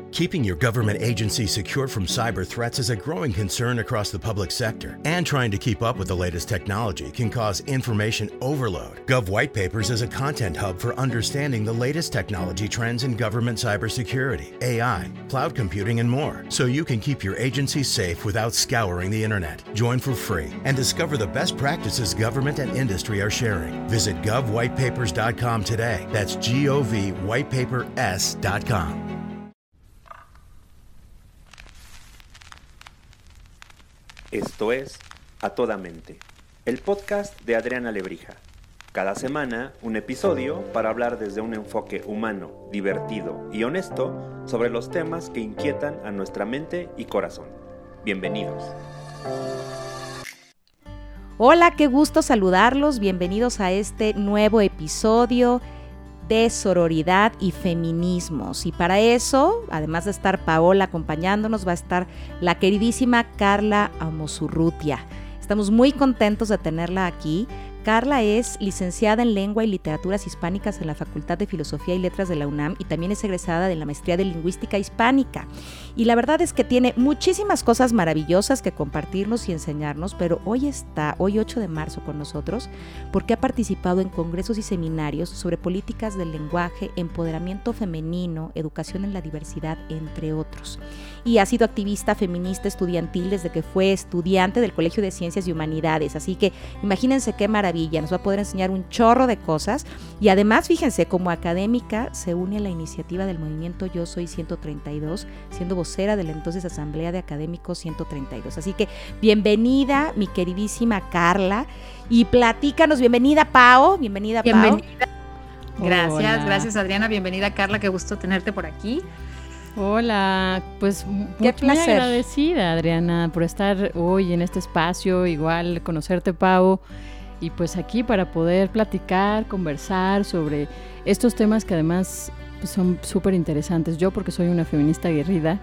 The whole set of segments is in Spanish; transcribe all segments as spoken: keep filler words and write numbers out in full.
Keeping your government agency secure from cyber threats is a growing concern across the public sector, and trying to keep up with the latest technology can cause information overload. Gov White Papers is a content hub for understanding the latest technology trends in government cybersecurity, A I, cloud computing, and more, so you can keep your agency safe without scouring the internet. Join for free and discover the best practices government and industry are sharing. Visit gov white papers dot com today. That's G O V white paper s dot com. Esto es A Toda Mente, el podcast de Adriana Lebrija. Cada semana, un episodio para hablar desde un enfoque humano, divertido y honesto sobre los temas que inquietan a nuestra mente y corazón. Bienvenidos. Hola, qué gusto saludarlos. Bienvenidos a este nuevo episodio de sororidad y feminismos. Y para eso, además de estar Paola acompañándonos, va a estar la queridísima Carla Amosurrutia. Estamos muy contentos de tenerla aquí. Carla es licenciada en Lengua y Literaturas Hispánicas en la Facultad de Filosofía y Letras de la UNAM y también es egresada de la Maestría de Lingüística Hispánica. Y la verdad es que tiene muchísimas cosas maravillosas que compartirnos y enseñarnos, pero hoy está, hoy ocho de marzo con nosotros, porque ha participado en congresos y seminarios sobre políticas del lenguaje, empoderamiento femenino, educación en la diversidad, entre otros. Y ha sido activista feminista estudiantil desde que fue estudiante del Colegio de Ciencias y Humanidades. Así que imagínense qué maravilla, nos va a poder enseñar un chorro de cosas. Y además, fíjense, como académica se une a la iniciativa del movimiento Yo Soy ciento treinta y dos, siendo vocera de la entonces Asamblea de Académicos ciento treinta y dos. Así que bienvenida, mi queridísima Carla. Y platícanos, bienvenida Pao, bienvenida Pao. Bienvenida. Gracias, Hola. gracias Adriana, bienvenida Carla, qué gusto tenerte por aquí. Hola, pues Qué muy, muy placer. agradecida, Adriana, por estar hoy en este espacio, igual conocerte, Pau, y pues aquí para poder platicar, conversar sobre estos temas que además pues, son súper interesantes. Yo porque soy una feminista aguerrida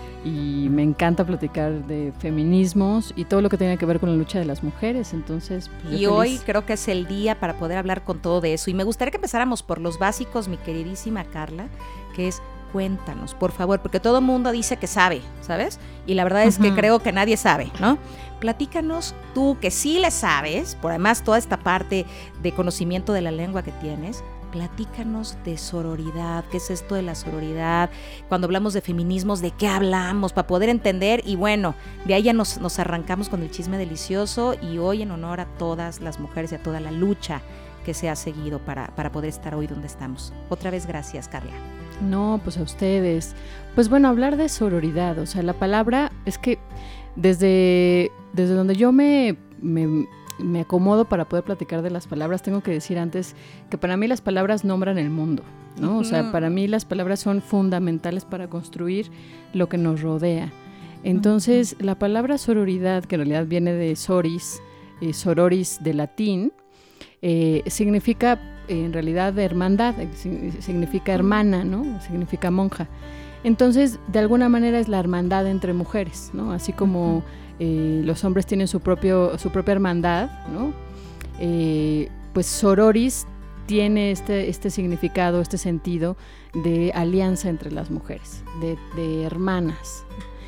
y me encanta platicar de feminismos y todo lo que tiene que ver con la lucha de las mujeres, entonces pues, Y yo hoy feliz. creo que es el día para poder hablar con todo de eso. Y me gustaría que empezáramos por los básicos, mi queridísima Carla, que es cuéntanos, por favor, porque todo el mundo dice que sabe, ¿sabes? Y la verdad es que Ujú. creo que nadie sabe, ¿no? Platícanos tú, que sí le sabes, por además toda esta parte de conocimiento de la lengua que tienes, platícanos de sororidad, ¿qué es esto de la sororidad? Cuando hablamos de feminismos, ¿de qué hablamos? Para poder entender, y bueno, de ahí ya nos, nos arrancamos con el chisme delicioso, y hoy en honor a todas las mujeres y a toda la lucha que se ha seguido para, para poder estar hoy donde estamos. Otra vez gracias, Carla. No, pues a ustedes. Pues bueno, hablar de sororidad, o sea, la palabra es que desde, desde donde yo me, me, me acomodo para poder platicar de las palabras, tengo que decir antes que para mí las palabras nombran el mundo, ¿no? Uh-huh. O sea, para mí las palabras son fundamentales para construir lo que nos rodea. Entonces, uh-huh. La palabra sororidad, que en realidad viene de soris, eh, sororis de latín, eh, significa en realidad de hermandad, significa hermana, ¿no? Significa monja. Entonces, de alguna manera es la hermandad entre mujeres, ¿no? Así como eh, los hombres tienen su propio su propia hermandad, ¿no? Eh, pues sororis tiene este este significado, este sentido de alianza entre las mujeres, de, de hermanas.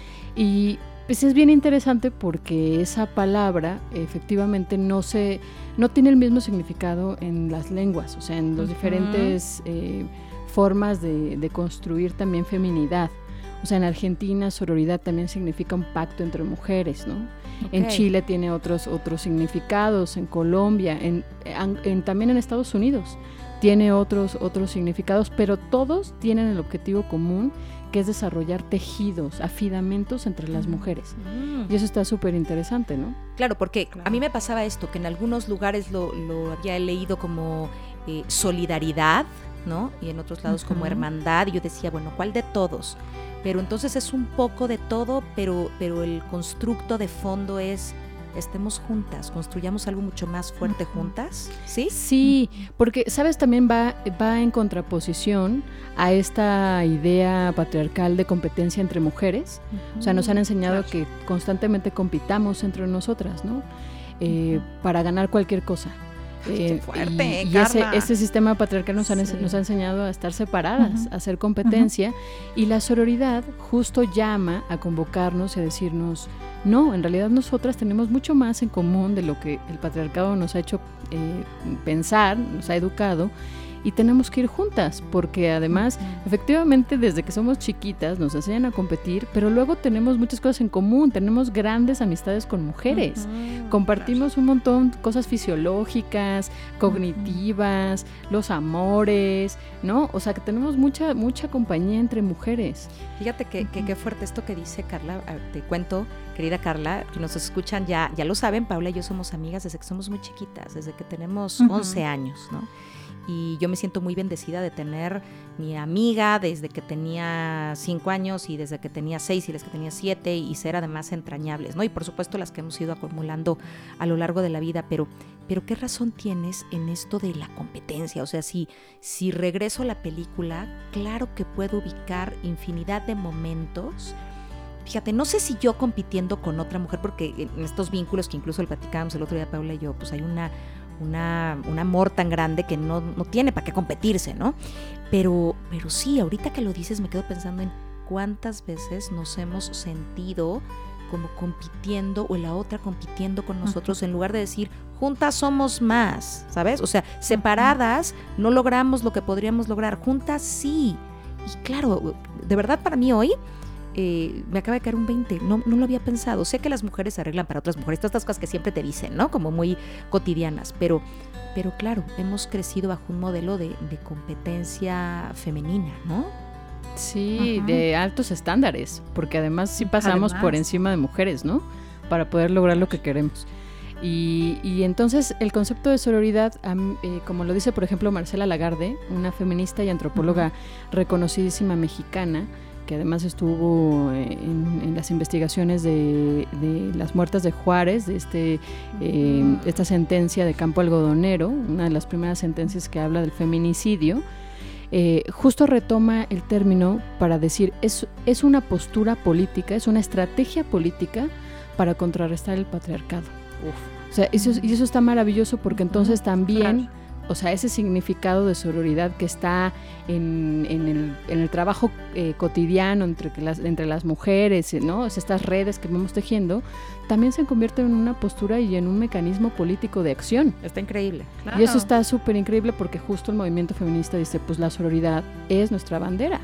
Y pues es bien interesante porque esa palabra efectivamente no se no tiene el mismo significado en las lenguas, o sea, en las uh-huh. diferentes eh, formas de, de construir también feminidad. O sea, en Argentina sororidad también significa un pacto entre mujeres, ¿no? Okay. En Chile tiene otros otros significados, en Colombia, en, en, en también en Estados Unidos tiene otros otros significados, pero todos tienen el objetivo común, que es desarrollar tejidos, afidamentos entre las mujeres. Mm. Y eso está súper interesante, ¿no? Claro, porque claro. A mí me pasaba esto, que en algunos lugares lo, lo había leído como eh, solidaridad, ¿no? Y en otros lados uh-huh. como hermandad, y yo decía, bueno, ¿cuál de todos? Pero entonces es un poco de todo, pero, pero el constructo de fondo es estemos juntas, construyamos algo mucho más fuerte juntas, ¿sí? Sí, porque, ¿sabes? También va, va en contraposición a esta idea patriarcal de competencia entre mujeres. Uh-huh. O sea, nos han enseñado claro. que constantemente compitamos entre nosotras, ¿no? Eh, uh-huh. Para ganar cualquier cosa. Qué fuerte, y, y Carla. ese, ese sistema patriarcal nos, han, Sí. nos ha enseñado a estar separadas, Uh-huh. a hacer competencia, uh-huh. y la sororidad justo llama a convocarnos y a decirnos, no, en realidad nosotras tenemos mucho más en común de lo que el patriarcado nos ha hecho eh, pensar, nos ha educado, y tenemos que ir juntas, porque además, uh-huh. efectivamente, desde que somos chiquitas nos enseñan a competir, pero luego tenemos muchas cosas en común, tenemos grandes amistades con mujeres, uh-huh. compartimos claro. un montón de cosas fisiológicas, cognitivas, uh-huh. los amores, ¿no? O sea, que tenemos mucha mucha compañía entre mujeres. Fíjate que, uh-huh. que, que fuerte esto que dice Carla, te cuento, querida Carla, que nos escuchan ya, ya lo saben, Paula y yo somos amigas desde que somos muy chiquitas, desde que tenemos uh-huh. once años, ¿no? Y yo me siento muy bendecida de tener mi amiga desde que tenía cinco años y desde que tenía seis y desde que tenía siete y ser además entrañables, ¿no? Y por supuesto las que hemos ido acumulando a lo largo de la vida, pero, pero ¿qué razón tienes en esto de la competencia? O sea, si, si regreso a la película, claro que puedo ubicar infinidad de momentos. Fíjate, no sé si yo compitiendo con otra mujer, porque en estos vínculos que incluso lo platicábamos el otro día, Paula y yo, pues hay una... Una, un amor tan grande que no, no tiene para qué competirse, ¿no? Pero, pero sí, ahorita que lo dices me quedo pensando en cuántas veces nos hemos sentido como compitiendo o la otra compitiendo con nosotros, uh-huh. en lugar de decir, juntas somos más, ¿sabes? O sea, separadas uh-huh. no logramos lo que podríamos lograr, juntas sí. Y claro, de verdad para mí hoy Eh, me acaba de caer un veinte, no, no lo había pensado. Sé que las mujeres se arreglan para otras mujeres, todas estas cosas que siempre te dicen, ¿no? Como muy cotidianas, pero, pero claro, hemos crecido bajo un modelo de, de competencia femenina, ¿no? Sí, Ajá. de altos estándares, porque además sí pasamos además. por encima de mujeres, ¿no? Para poder lograr lo que queremos. Y, y entonces el concepto de sororidad, um, eh, como lo dice por ejemplo Marcela Lagarde, una feminista y antropóloga uh-huh. reconocidísima mexicana, que además estuvo en, en las investigaciones de, de las muertas de Juárez, de este, eh, esta sentencia de Campo Algodonero, una de las primeras sentencias que habla del feminicidio, eh, justo retoma el término para decir, es, es una postura política, es una estrategia política para contrarrestar el patriarcado. Uf. O sea, eso, y eso está maravilloso porque entonces también... Claro. O sea, ese significado de sororidad que está en, en, el, en el trabajo eh, cotidiano entre las, entre las mujeres, ¿no? O sea, estas redes que vamos tejiendo, también se convierte en una postura y en un mecanismo político de acción. Está increíble. Claro. Y eso está súper increíble porque justo el movimiento feminista dice, pues la sororidad es nuestra bandera.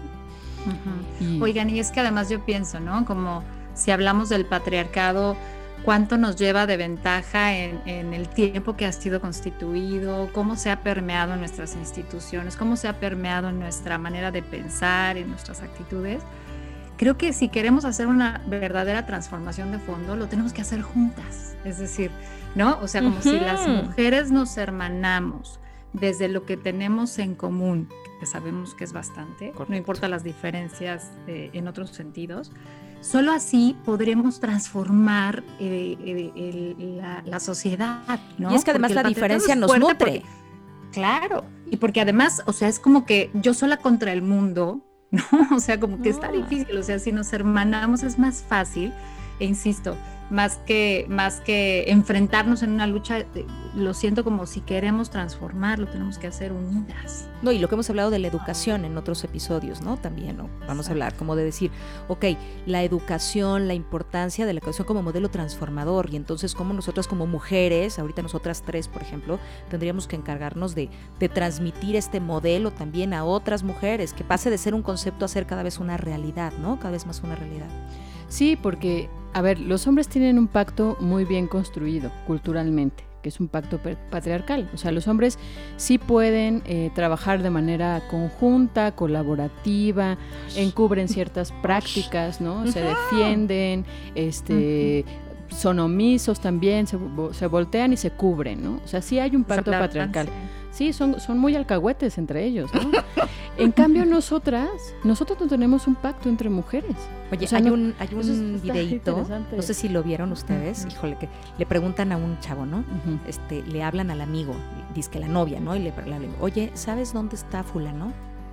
Uh-huh. Y... Oigan, y es que además yo pienso, ¿no? Como si hablamos del patriarcado, cuánto nos lleva de ventaja en, en el tiempo que ha sido constituido, cómo se ha permeado en nuestras instituciones, cómo se ha permeado en nuestra manera de pensar, en nuestras actitudes. Creo que si queremos hacer una verdadera transformación de fondo, lo tenemos que hacer juntas. Es decir, ¿no? O sea, como uh-huh. si las mujeres nos hermanamos desde lo que tenemos en común, que sabemos que es bastante, correcto. No importa las diferencias eh, en otros sentidos. Solo así podremos transformar eh, eh, el, la, la sociedad, ¿no? Y es que además la diferencia nos nutre. Porque, claro, y porque además, o sea, es como que yo sola contra el mundo, ¿no? O sea, como que no. Está difícil, o sea, si nos hermanamos es más fácil, e insisto, más que, más que enfrentarnos en una lucha, lo siento como si queremos transformar, lo tenemos que hacer unidas. No, y lo que hemos hablado de la educación en otros episodios, ¿no? También, ¿no? Vamos a hablar como de decir, ok, la educación, la importancia de la educación como modelo transformador, y entonces como nosotras como mujeres, ahorita nosotras tres, por ejemplo, tendríamos que encargarnos de, de transmitir este modelo también a otras mujeres, que pase de ser un concepto a ser cada vez una realidad, ¿no? Cada vez más una realidad. Sí, porque, a ver, los hombres tienen un pacto muy bien construido culturalmente, que es un pacto patriarcal. O sea, los hombres sí pueden eh, trabajar de manera conjunta, colaborativa, encubren ciertas prácticas, ¿no? Se defienden, este... Uh-huh. Son omisos también, se, se voltean y se cubren, ¿no? O sea, sí hay un pacto patriarcal. Sí, son, son muy alcahuetes entre ellos, ¿no? En cambio, nosotras, nosotros no tenemos un pacto entre mujeres. Oye, o sea, hay, no, un, hay un videíto, no sé si lo vieron ustedes, uh-huh. híjole, que le preguntan a un chavo, ¿no? Uh-huh. Este, le hablan al amigo, dice que la novia, ¿no? Y le hablan, oye, ¿sabes dónde está fulano?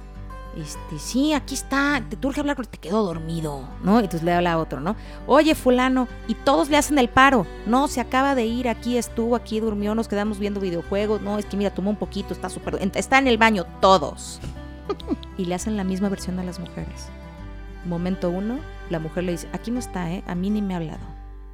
Este, sí, aquí está, te urge hablar, te quedó dormido, ¿no? Entonces le habla a otro, ¿no? Oye, fulano, y todos le hacen el paro, no, se acaba de ir, aquí estuvo, aquí durmió, nos quedamos viendo videojuegos, no, es que mira, tomó un poquito, está súper, está en el baño, todos. Y le hacen la misma versión a las mujeres. Momento uno, la mujer le dice, aquí no está, ¿eh? A mí ni me ha hablado.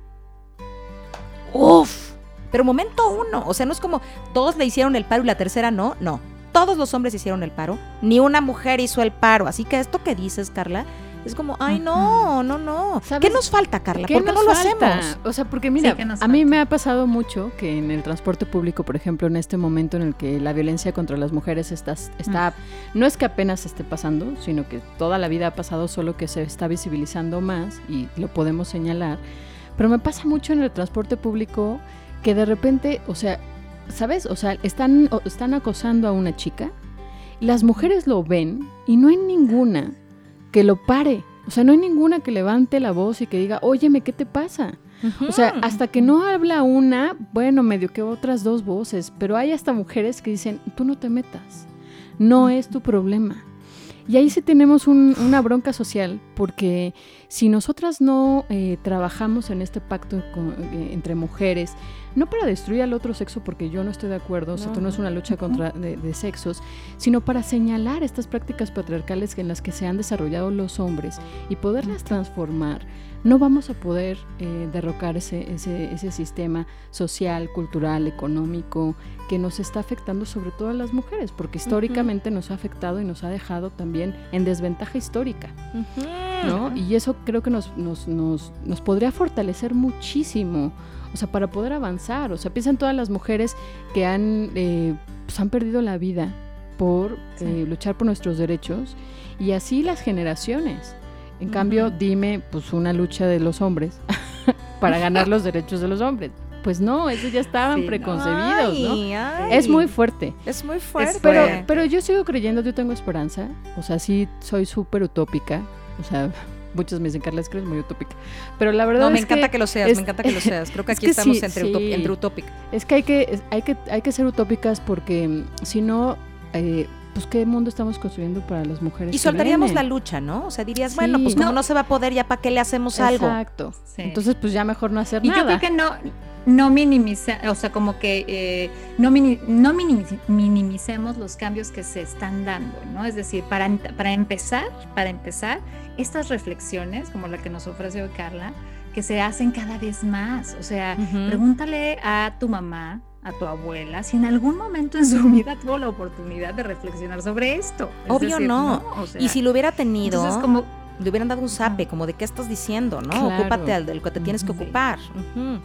¡Uf! Pero momento uno, o sea, no es como dos le hicieron el paro y la tercera no, no. Todos los hombres hicieron el paro, ni una mujer hizo el paro. Así que esto que dices, Carla, es como, ay, no, no, no. ¿Qué nos falta, Carla? ¿Por qué no lo falta? hacemos? O sea, porque mira, sí, a mí me ha pasado mucho que en el transporte público, por ejemplo, en este momento en el que la violencia contra las mujeres está, está mm. no es que apenas esté pasando, sino que toda la vida ha pasado, solo que se está visibilizando más y lo podemos señalar. Pero me pasa mucho en el transporte público que de repente, o sea, ¿sabes? O sea, están, están acosando a una chica, las mujeres lo ven y no hay ninguna que lo pare. O sea, no hay ninguna que levante la voz y que diga, óyeme, ¿qué te pasa? Uh-huh. O sea, hasta que no habla una, bueno, medio que otras dos voces, pero hay hasta mujeres que dicen, tú no te metas, no es tu problema. Y ahí sí tenemos un, una bronca social, porque si nosotras no eh, trabajamos en este pacto con, eh, entre mujeres, no para destruir al otro sexo, porque yo no estoy de acuerdo, no. o sea, esto no es una lucha contra de, de sexos, sino para señalar estas prácticas patriarcales en las que se han desarrollado los hombres y poderlas transformar, no vamos a poder eh, derrocar ese, ese, ese sistema social, cultural, económico, que nos está afectando sobre todo a las mujeres, porque históricamente uh-huh. nos ha afectado y nos ha dejado también en desventaja histórica, uh-huh. ¿no? Y eso creo que nos, nos, nos, nos podría fortalecer muchísimo, o sea, para poder avanzar. O sea, piensan todas las mujeres que han, eh, pues han perdido la vida por sí. eh, luchar por nuestros derechos, y así las generaciones. En uh-huh. cambio, dime, pues una lucha de los hombres para ganar los derechos de los hombres. Pues no, esos ya estaban sí, preconcebidos, ay, ¿no? Ay. Es muy fuerte. Es muy fuerte. Pero, pero yo sigo creyendo, yo tengo esperanza. O sea, sí soy súper utópica. O sea, muchos me dicen, Carla, es que eres muy utópica. Pero la verdad no, es me encanta que, que lo seas, es, me encanta que lo seas. Creo que aquí que estamos sí, entre, sí. utop, entre utópicas. Es que hay que, hay que, hay que ser utópicas porque si no... Eh, pues qué mundo estamos construyendo para las mujeres. Y soltaríamos la lucha, ¿no? O sea, dirías, sí. bueno, pues como no. no se va a poder, ya para qué le hacemos Exacto. algo. Exacto. Sí. Entonces, pues ya mejor no hacer y nada. Y yo creo que no, no minimiza, o sea, como que eh, no, mini, no minimiz, minimicemos los cambios que se están dando, ¿no? Es decir, para, para empezar, para empezar, estas reflexiones, como la que nos ofrece hoy Carla, que se hacen cada vez más. O sea, uh-huh. pregúntale a tu mamá, a tu abuela, si en algún momento en su vida tuvo la oportunidad de reflexionar sobre esto. Es Obvio decir, no. no o sea, y si lo hubiera tenido, entonces como, le hubieran dado un zape, como de qué estás diciendo, ¿no? Claro. Ocúpate al del que te tienes que sí. ocupar. Uh-huh.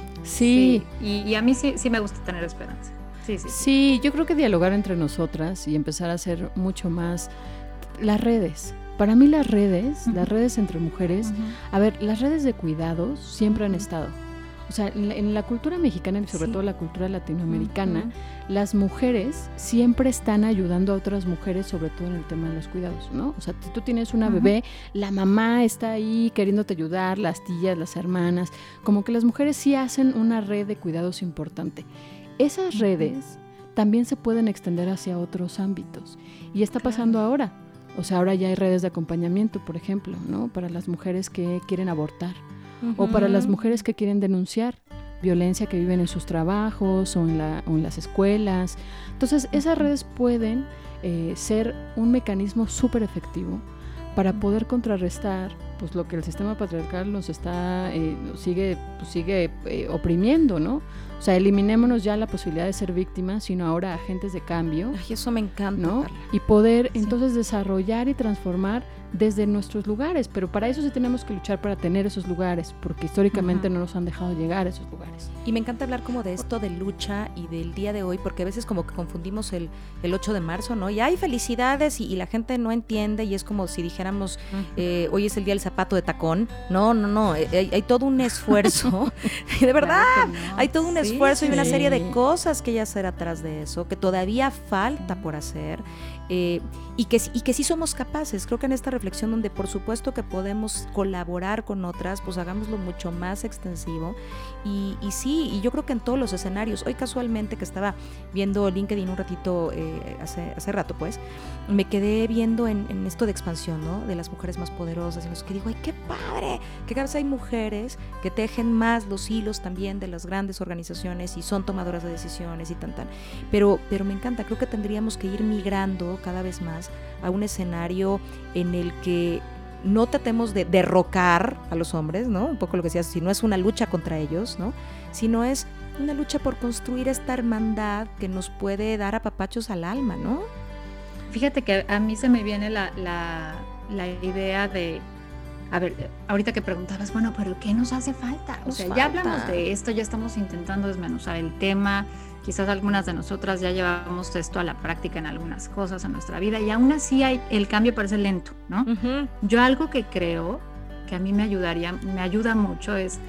Sí. sí. Y, y a mí sí, sí me gusta tener esperanza. Sí, sí, sí. Sí, yo creo que dialogar entre nosotras y empezar a hacer mucho más las redes. Para mí las redes, uh-huh. las redes entre mujeres, uh-huh. a ver, las redes de cuidados siempre han estado. O sea, en la, en la cultura mexicana y sobre sí. todo la cultura latinoamericana, uh-huh. las mujeres siempre están ayudando a otras mujeres, sobre todo en el tema de los cuidados, ¿no? O sea, si tú tienes una uh-huh. bebé, la mamá está ahí queriéndote ayudar, las tías, las hermanas, como que las mujeres sí hacen una red de cuidados importante. Esas uh-huh. redes también se pueden extender hacia otros ámbitos. Y está pasando claro. ahora. O sea, ahora ya hay redes de acompañamiento, por ejemplo, ¿no? Para las mujeres que quieren abortar. Uh-huh. O para las mujeres que quieren denunciar violencia que viven en sus trabajos o en, la, o en las escuelas. Entonces, esas redes pueden eh, ser un mecanismo súper efectivo para poder contrarrestar pues lo que el sistema patriarcal nos está, eh, sigue, pues, sigue eh, oprimiendo, ¿no? O sea, eliminémonos ya la posibilidad de ser víctimas, sino ahora agentes de cambio. Ay, eso me encanta, ¿no? Carla. Y poder sí. entonces desarrollar y transformar desde nuestros lugares, pero para eso sí tenemos que luchar para tener esos lugares, porque históricamente uh-huh. no nos han dejado llegar a esos lugares. Y me encanta hablar como de esto de lucha y del día de hoy, porque a veces como que confundimos el, el ocho de marzo, ¿no? Y hay felicidades y, y la gente no entiende y es como si dijéramos, uh-huh. eh, hoy es el día del zapato de tacón. No, no, no, hay, hay todo un esfuerzo, de verdad, claro no. hay todo un sí, esfuerzo sí. y una serie de cosas que ya hacer atrás de eso, que todavía falta por hacer. Eh, y, que, y que sí somos capaces. Creo que en esta reflexión donde por supuesto que podemos colaborar con otras, pues hagámoslo mucho más extensivo y, y sí, y yo creo que en todos los escenarios. Hoy casualmente que estaba viendo LinkedIn un ratito, eh, hace, hace rato pues, me quedé viendo en, en esto de expansión, ¿no? De las mujeres más poderosas y los que digo, ¡ay, qué padre! Que cada vez hay mujeres que tejen más los hilos también de las grandes organizaciones y son tomadoras de decisiones y tan tan. Pero, pero me encanta, creo que tendríamos que ir migrando cada vez más a un escenario en el que no tratemos de derrocar a los hombres, ¿no? Un poco lo que decías, si no es una lucha contra ellos, ¿no? Sino es una lucha por construir esta hermandad que nos puede dar apapachos al alma, ¿no? Fíjate que a mí se me viene la, la, la idea de, a ver, ahorita que preguntabas, bueno, pero ¿qué nos hace falta? O sea, ya hablamos de esto, ya estamos intentando desmenuzar el tema, quizás algunas de nosotras ya llevamos esto a la práctica en algunas cosas en nuestra vida y aún así hay, el cambio parece lento, ¿no? Uh-huh. Yo algo que creo que a mí me ayudaría, me ayuda mucho es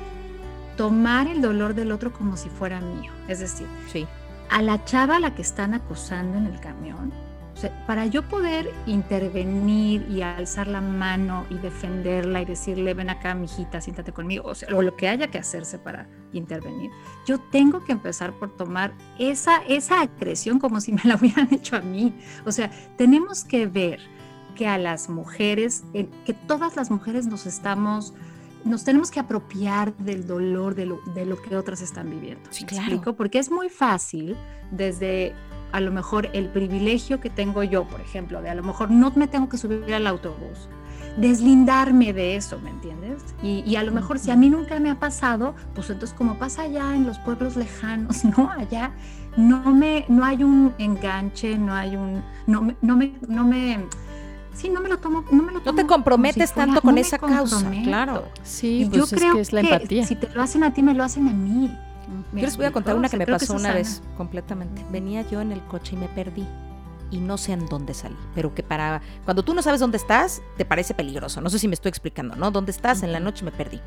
tomar el dolor del otro como si fuera mío. Es decir, sí. a la chava a la que están acosando en el camión, o sea, para yo poder intervenir y alzar la mano y defenderla y decirle, ven acá, mijita, siéntate conmigo, o sea, o lo que haya que hacerse para intervenir, yo tengo que empezar por tomar esa, esa agresión como si me la hubieran hecho a mí. O sea, tenemos que ver que a las mujeres, eh, que todas las mujeres nos estamos, nos tenemos que apropiar del dolor de lo, de lo que otras están viviendo. Sí, ¿Me claro. explico? Porque es muy fácil desde a lo mejor el privilegio que tengo yo, por ejemplo, de a lo mejor no me tengo que subir al autobús, deslindarme de eso, ¿me entiendes? Y, y a lo mejor si a mí nunca me ha pasado, pues entonces como pasa allá en los pueblos lejanos, ¿no? Allá no me, no hay un enganche, no hay un, no me, no me, no me sí, no me lo tomo, no me lo tomo. No te comprometes si fuera, tanto con no esa causa, claro. Sí, y pues yo es creo que es la que empatía. Si te lo hacen a ti, me lo hacen a mí. Yo les voy a contar una que me Creo pasó que una vez completamente. Venía yo en el coche y me perdí y no sé en dónde salí, pero que para cuando tú no sabes dónde estás te parece peligroso, no sé si me estoy explicando, ¿no? ¿Dónde estás? Uh-huh. En la noche me perdí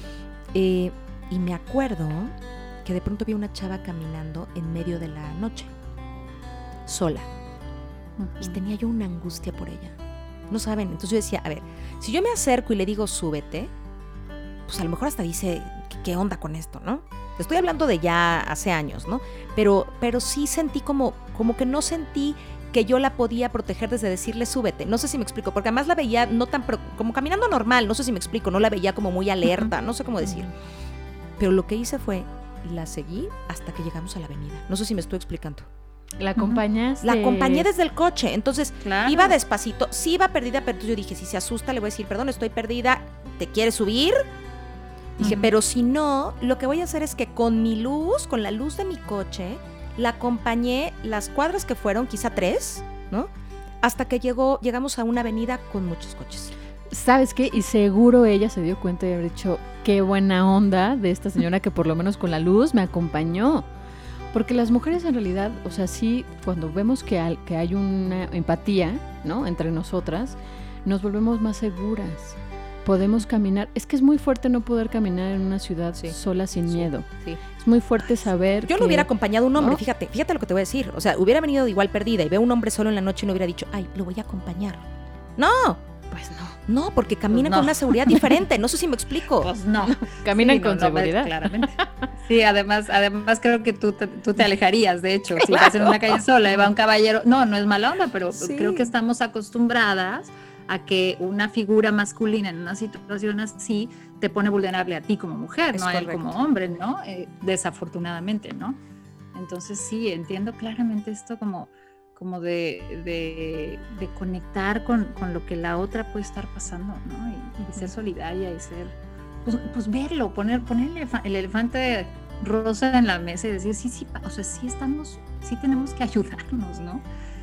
eh, y me acuerdo que de pronto vi una chava caminando en medio de la noche sola uh-huh. y tenía yo una angustia por ella, no saben, entonces yo decía, a ver, si yo me acerco y le digo súbete, pues a lo mejor hasta dice, ¿qué, qué onda con esto, no? Estoy hablando de ya hace años, ¿no? Pero, pero sí sentí como, como que no sentí que yo la podía proteger desde decirle súbete. No sé si me explico, porque además la veía no tan, pro, como caminando normal, no sé si me explico, no la veía como muy alerta, no sé cómo decir. Pero lo que hice fue, la seguí hasta que llegamos a la avenida. No sé si me estoy explicando. ¿La acompañaste? La acompañé desde el coche, entonces claro. iba despacito, sí iba perdida, pero yo dije, si se asusta le voy a decir, perdón, estoy perdida, ¿te quieres subir? Dije, uh-huh. pero si no, lo que voy a hacer es que con mi luz, con la luz de mi coche, la acompañé las cuadras que fueron, quizá tres, ¿no? Hasta que llegó, llegamos a una avenida con muchos coches. ¿Sabes qué? Y seguro ella se dio cuenta de haber dicho, qué buena onda de esta señora que por lo menos con la luz me acompañó. Porque las mujeres en realidad, o sea, sí, cuando vemos que hay, que hay una empatía, ¿no? Entre nosotras, nos volvemos más seguras. Podemos caminar, es que es muy fuerte no poder caminar en una ciudad sí. sola sin sí. miedo. Sí. Es muy fuerte saber Yo que, lo hubiera acompañado a un hombre, ¿no? fíjate, fíjate lo que te voy a decir. O sea, hubiera venido igual perdida y veo a un hombre solo en la noche y no hubiera dicho, ay, lo voy a acompañar. ¡No! Pues no. No, porque caminan pues no. con una seguridad diferente, no sé si me explico. Pues no. Caminan sí, con no, seguridad. No, claramente. Sí, además, además creo que tú te, tú te alejarías, de hecho, si vas en una calle sola y va un caballero, no, no es mala onda, pero sí. creo que estamos acostumbradas a que una figura masculina en una situación así te pone vulnerable a ti como mujer, es no a él como hombre, ¿no? Eh, desafortunadamente, ¿no? Entonces sí, entiendo claramente esto como, como de, de, de conectar con, con lo que la otra puede estar pasando, ¿no? Y, y ser solidaria y ser, pues, pues verlo, poner, poner el, elef- el elefante rosa en la mesa y decir, sí, sí, o sea, sí estamos, sí tenemos que ayudarnos, ¿no?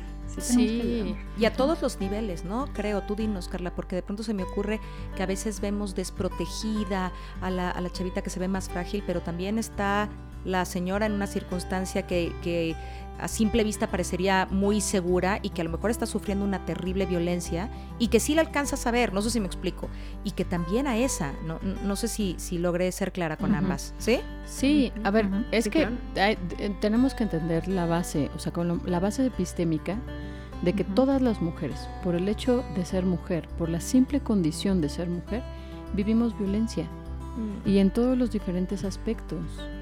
Sí, y a todos los niveles, ¿no? Creo, tú dinos, Carla, porque de pronto se me ocurre que a veces vemos desprotegida a la, a la chavita que se ve más frágil, pero también está la señora en una circunstancia que, que a simple vista parecería muy segura y que a lo mejor está sufriendo una terrible violencia y que sí la alcanzas a ver, no sé si me explico, y que también a esa, no, no sé si, si logré ser clara con uh-huh. ambas, ¿sí? Sí, a ver, uh-huh. es sí, que claro. hay, tenemos que entender la base, o sea, con lo, la base epistémica de que uh-huh. todas las mujeres, por el hecho de ser mujer, por la simple condición de ser mujer, vivimos violencia. Uh-huh. Y en todos los diferentes aspectos,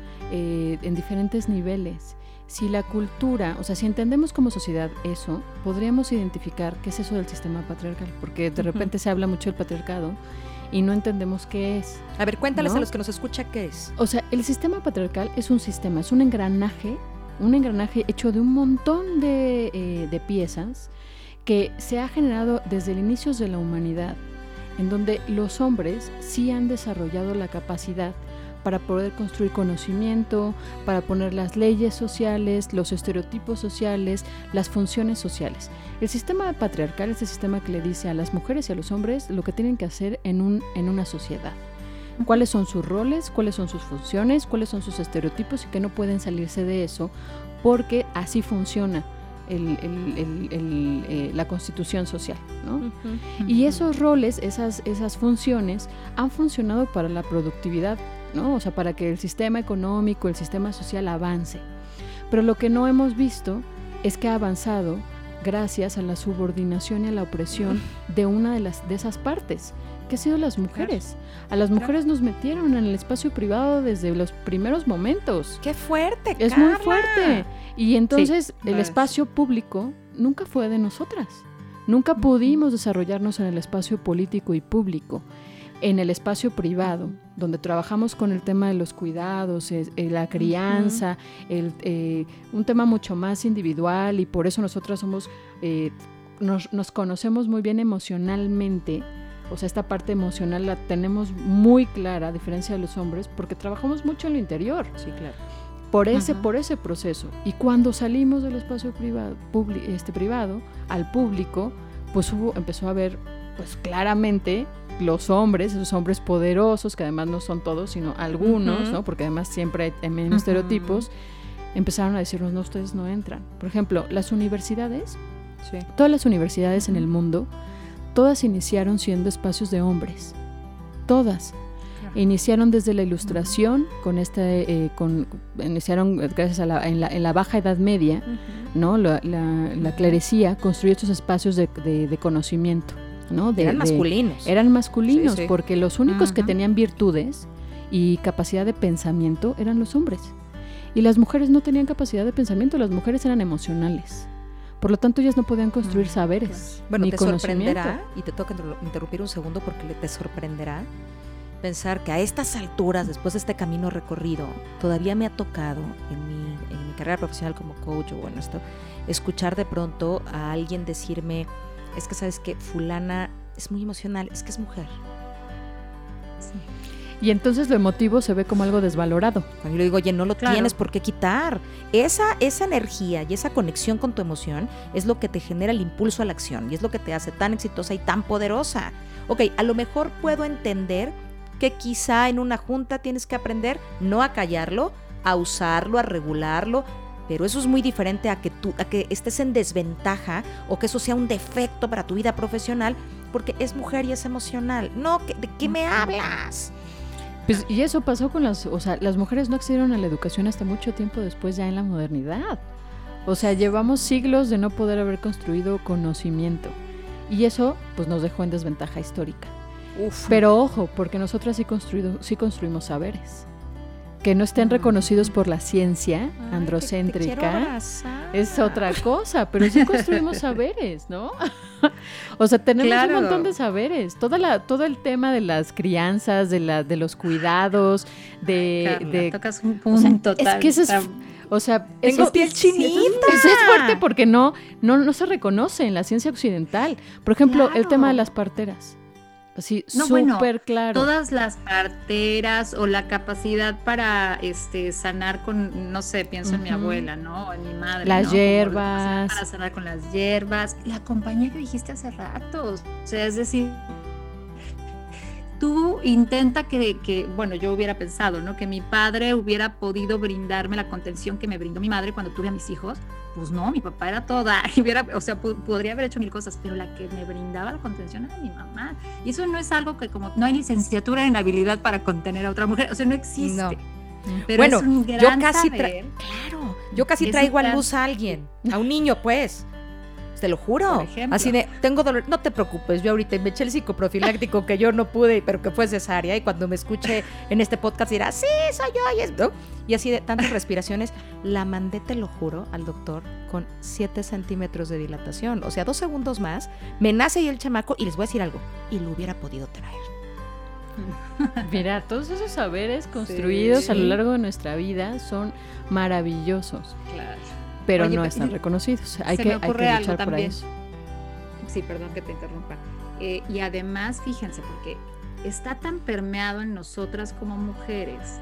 eh, en diferentes niveles. Si la cultura, o sea, si entendemos como sociedad eso, podríamos identificar qué es eso del sistema patriarcal, porque de repente uh-huh. se habla mucho del patriarcado y no entendemos qué es. A ver, cuéntales ¿no? a los que nos escuchan qué es. O sea, el sistema patriarcal es un sistema, es un engranaje, un engranaje hecho de un montón de, eh, de piezas que se ha generado desde el inicio de la humanidad, en donde los hombres sí han desarrollado la capacidad para poder construir conocimiento, para poner las leyes sociales, los estereotipos sociales, las funciones sociales. El sistema patriarcal es el sistema que le dice a las mujeres y a los hombres lo que tienen que hacer en, un, en una sociedad. Cuáles son sus roles, cuáles son sus funciones, cuáles son sus estereotipos y que no pueden salirse de eso porque así funciona el, el, el, el, eh, la constitución social, ¿no? Uh-huh, uh-huh. Y esos roles, esas, esas funciones han funcionado para la productividad, ¿no? O sea, para que el sistema económico, el sistema social avance. Pero lo que no hemos visto es que ha avanzado gracias a la subordinación y a la opresión de una de, las, de esas partes, que ha sido las mujeres. A las mujeres nos metieron en el espacio privado desde los primeros momentos. ¡Qué fuerte, Es Carla! muy fuerte. Y entonces sí, el pues. espacio público nunca fue de nosotras. Nunca pudimos desarrollarnos en el espacio político y público. En el espacio privado, donde trabajamos con el tema de los cuidados, eh, eh, la crianza, uh-huh. el, eh, un tema mucho más individual, y por eso nosotras somos, eh, nos, nos conocemos muy bien emocionalmente. O sea, esta parte emocional la tenemos muy clara, a diferencia de los hombres, porque trabajamos mucho en lo interior. Sí, claro. Por ese, uh-huh. por ese proceso. Y cuando salimos del espacio privado, publi, este, privado al público, pues hubo, empezó a haber, pues claramente, los hombres, esos hombres poderosos, que además no son todos, sino algunos, uh-huh. ¿no? Porque además siempre hay, hay menos uh-huh. estereotipos, empezaron a decirnos, no, ustedes no entran. Por ejemplo, las universidades, sí. todas las universidades uh-huh. en el mundo, todas iniciaron siendo espacios de hombres. Todas. Claro. Iniciaron desde la Ilustración, uh-huh. con este, eh, con, iniciaron gracias a la, en la, en la Baja Edad Media, uh-huh. ¿no? La, la, la clerecía construyó estos espacios de, de, de conocimiento. ¿no? De, eran de, masculinos. Eran masculinos, sí, sí. porque los únicos uh-huh. que tenían virtudes y capacidad de pensamiento eran los hombres. Y las mujeres no tenían capacidad de pensamiento, las mujeres eran emocionales. Por lo tanto, ellas no podían construir uh-huh. saberes, bueno, ni te conocimiento. Sorprenderá, y te tengo que interrumpir un segundo porque te sorprenderá pensar que a estas alturas, después de este camino recorrido, todavía me ha tocado en mi, en mi carrera profesional como coach o bueno, esto, escuchar de pronto a alguien decirme, es que sabes que fulana es muy emocional, es que es mujer. Sí. Y entonces lo emotivo se ve como algo desvalorado. Cuando yo le digo, oye, no lo claro. tienes por qué quitar. Esa, esa energía y esa conexión con tu emoción es lo que te genera el impulso a la acción y es lo que te hace tan exitosa y tan poderosa. Ok, a lo mejor puedo entender que quizá en una junta tienes que aprender no a callarlo, a usarlo, a regularlo, pero eso es muy diferente a que tú a que estés en desventaja o que eso sea un defecto para tu vida profesional porque es mujer y es emocional. No, ¿de qué me hablas? Pues, y eso pasó con las, o sea, las mujeres no accedieron a la educación hasta mucho tiempo después ya en la modernidad. O sea, llevamos siglos de no poder haber construido conocimiento y eso pues nos dejó en desventaja histórica. Uf. Pero ojo, porque nosotras sí, construido, sí construimos saberes. Que no estén reconocidos por la ciencia Ay, androcéntrica es otra cosa, pero sí construimos saberes, ¿no? O sea, tenemos claro. un montón de saberes. Toda la, todo el tema de las crianzas, de, la, de los cuidados, de... Carla, de tocas un punto o sea, es que eso es... O sea, tengo eso, piel chinita. Eso, eso es fuerte porque no, no, no se reconoce en la ciencia occidental. Por ejemplo, claro. el tema de las parteras. Así, no, súper bueno, claro. Todas las parteras o la capacidad para este sanar con, no sé, pienso uh-huh. en mi abuela, ¿no? O en mi madre. Las ¿no? hierbas. Para sanar con las hierbas. La compañía que dijiste hace rato. O sea, es decir, tú intenta que, que, bueno, yo hubiera pensado, ¿no? Que mi padre hubiera podido brindarme la contención que me brindó mi madre cuando tuve a mis hijos. Pues no, mi papá era toda, y hubiera, o sea, p- podría haber hecho mil cosas, pero la que me brindaba la contención era mi mamá. Y eso no es algo que como, no hay licenciatura en habilidad para contener a otra mujer, o sea, no existe. No. Pero bueno, es un gran yo casi saber. Tra- claro, yo casi traigo a luz a alguien, a un niño, pues. Te lo juro. Así de, tengo dolor, no te preocupes, yo ahorita me eché el psicoprofiláctico que yo no pude, pero que fue cesárea, y cuando me escuche en este podcast dirá, sí, soy yo, y, es, ¿no? Y así de tantas respiraciones, la mandé, te lo juro, al doctor con siete centímetros de dilatación, o sea, dos segundos más, me nace ahí el chamaco, y les voy a decir algo, y lo hubiera podido traer. Mira, todos esos saberes construidos sí, sí. a lo largo de nuestra vida son maravillosos. Claro. Pero Oye, no están reconocidos. Hay que, hay que luchar por eso. Sí, perdón que te interrumpa. Eh, y además, fíjense, porque está tan permeado en nosotras como mujeres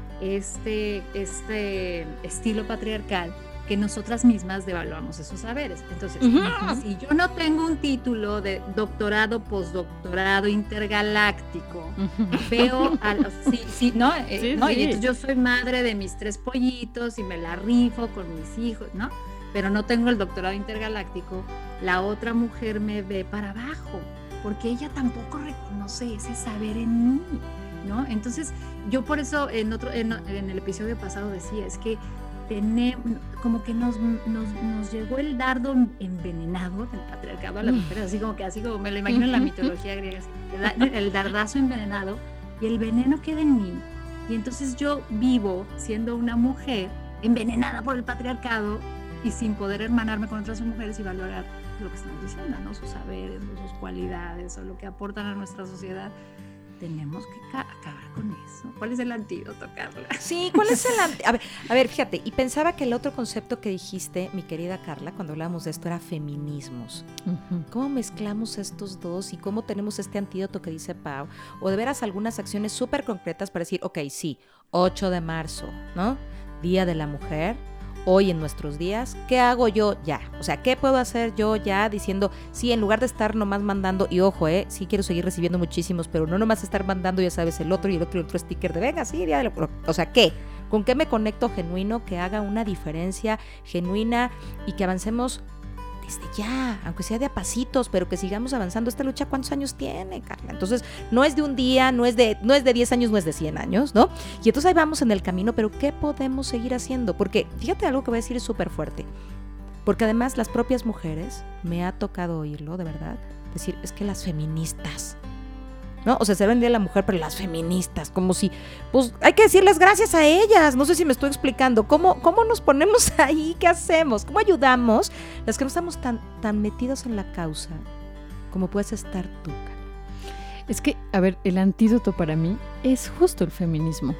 este, este estilo patriarcal que nosotras mismas devaluamos esos saberes. Entonces, uh-huh. si yo no tengo un título de doctorado, postdoctorado intergaláctico, uh-huh. veo al, sí, sí, ¿no? Eh, sí, ¿no? Sí. Y entonces yo soy madre de mis tres pollitos y me la rifo con mis hijos, ¿no? Pero no tengo el doctorado intergaláctico, la otra mujer me ve para abajo, porque ella tampoco reconoce ese saber en mí, ¿no? Entonces, yo por eso en otro, en, en el episodio pasado decía, es que tenemos, como que nos, nos, nos llegó el dardo envenenado del patriarcado a las mujeres, así como que así como me lo imagino en la mitología griega, así, el dardazo envenenado, y el veneno queda en mí, y entonces yo vivo siendo una mujer envenenada por el patriarcado y sin poder hermanarme con otras mujeres y valorar lo que estamos diciendo, ¿no? Sus saberes, sus cualidades o lo que aportan a nuestra sociedad. Tenemos que ca- acabar con eso. ¿Cuál es el antídoto, Carla? Sí, ¿cuál es el antídoto? A ver, a ver, fíjate, y pensaba que el otro concepto que dijiste, mi querida Carla, cuando hablábamos de esto, era feminismos. Uh-huh. ¿Cómo mezclamos estos dos y cómo tenemos este antídoto que dice Pau? O de veras algunas acciones súper concretas para decir, ok, sí, ocho de marzo, ¿no? Día de la Mujer. Hoy en nuestros días, ¿qué hago yo ya? O sea, ¿qué puedo hacer yo ya diciendo, sí, en lugar de estar nomás mandando, y ojo, eh, sí quiero seguir recibiendo muchísimos, pero no nomás estar mandando, ya sabes, el otro y el otro y el otro sticker de venga, sí, ya, o sea, ¿qué? ¿Con qué me conecto genuino que haga una diferencia genuina y que avancemos desde ya, aunque sea de a pasitos, pero que sigamos avanzando? Esta lucha, ¿cuántos años tiene, Carla? Entonces, no es de un día, no es de, no es de diez años, no es de cien años, ¿no? Y entonces ahí vamos en el camino, pero ¿qué podemos seguir haciendo? Porque, fíjate, algo que voy a decir es súper fuerte, porque además las propias mujeres, me ha tocado oírlo, de verdad, decir, es que las feministas, ¿no? O sea, se vendía la mujer, pero las feministas, como si, pues, hay que decirles gracias a ellas. No sé si me estoy explicando. ¿Cómo, cómo nos ponemos ahí? ¿Qué hacemos? ¿Cómo ayudamos? Las que no estamos tan, tan metidos en la causa como puedes estar tú, Carla. Es que, a ver, el antídoto para mí es justo el feminismo.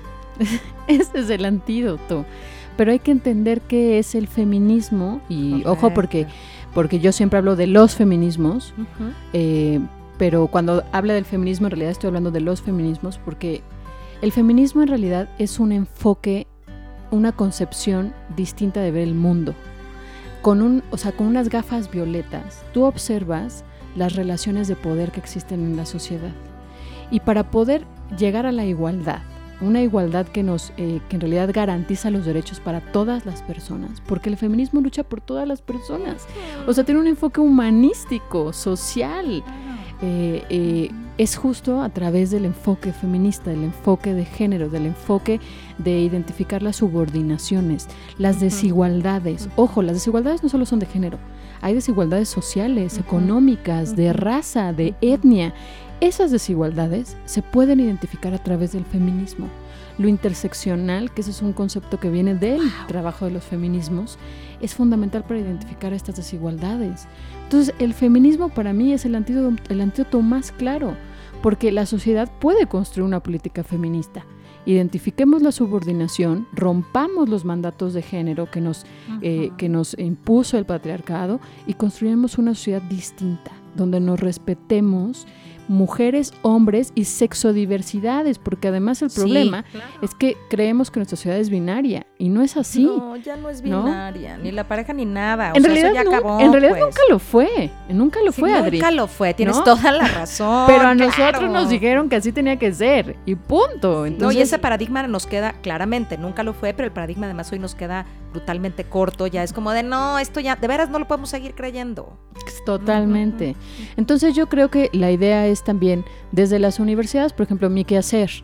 Ese es el antídoto. Pero hay que entender qué es el feminismo. Y Correcto. Ojo, porque, porque yo siempre hablo de los feminismos. Uh-huh. Eh, pero cuando habla del feminismo en realidad estoy hablando de los feminismos, porque el feminismo en realidad es un enfoque, una concepción distinta de ver el mundo. Con un, o sea, con unas gafas violetas, tú observas las relaciones de poder que existen en la sociedad. Y para poder llegar a la igualdad, una igualdad que nos, eh, que en realidad garantiza los derechos para todas las personas, porque el feminismo lucha por todas las personas. O sea, tiene un enfoque humanístico, social. Eh, eh, es justo a través del enfoque feminista, del enfoque de género, del enfoque de identificar las subordinaciones, las desigualdades. Uh-huh. Ojo, las desigualdades no solo son de género, hay desigualdades sociales, uh-huh. económicas, uh-huh. de raza, de uh-huh. etnia. Esas desigualdades se pueden identificar a través del feminismo. Lo interseccional, que ese es un concepto que viene del wow. trabajo de los feminismos, es fundamental para identificar estas desigualdades. Entonces, el feminismo para mí es el antídoto, el antídoto más claro, porque la sociedad puede construir una política feminista. Identifiquemos la subordinación, rompamos los mandatos de género que nos, uh-huh. eh, que nos impuso el patriarcado y construyamos una sociedad distinta, donde nos respetemos mujeres, hombres y sexodiversidades, porque además el problema sí, claro. es que creemos que nuestra sociedad es binaria y no es así. No, ya no es binaria, ¿no? Ni la pareja ni nada. O en sea, realidad, eso ya no, acabó. En realidad pues. nunca lo fue, nunca lo sí, fue, nunca Adri. Nunca lo fue, tienes ¿no? toda la razón. Pero a claro. nosotros nos dijeron que así tenía que ser y punto. Entonces, no, y ese paradigma nos queda claramente, nunca lo fue, pero el paradigma además hoy nos queda brutalmente corto, ya es como de no, esto ya, de veras no lo podemos seguir creyendo. Totalmente. Uh-huh. Entonces yo creo que la idea es también, desde las universidades, por ejemplo, mi quehacer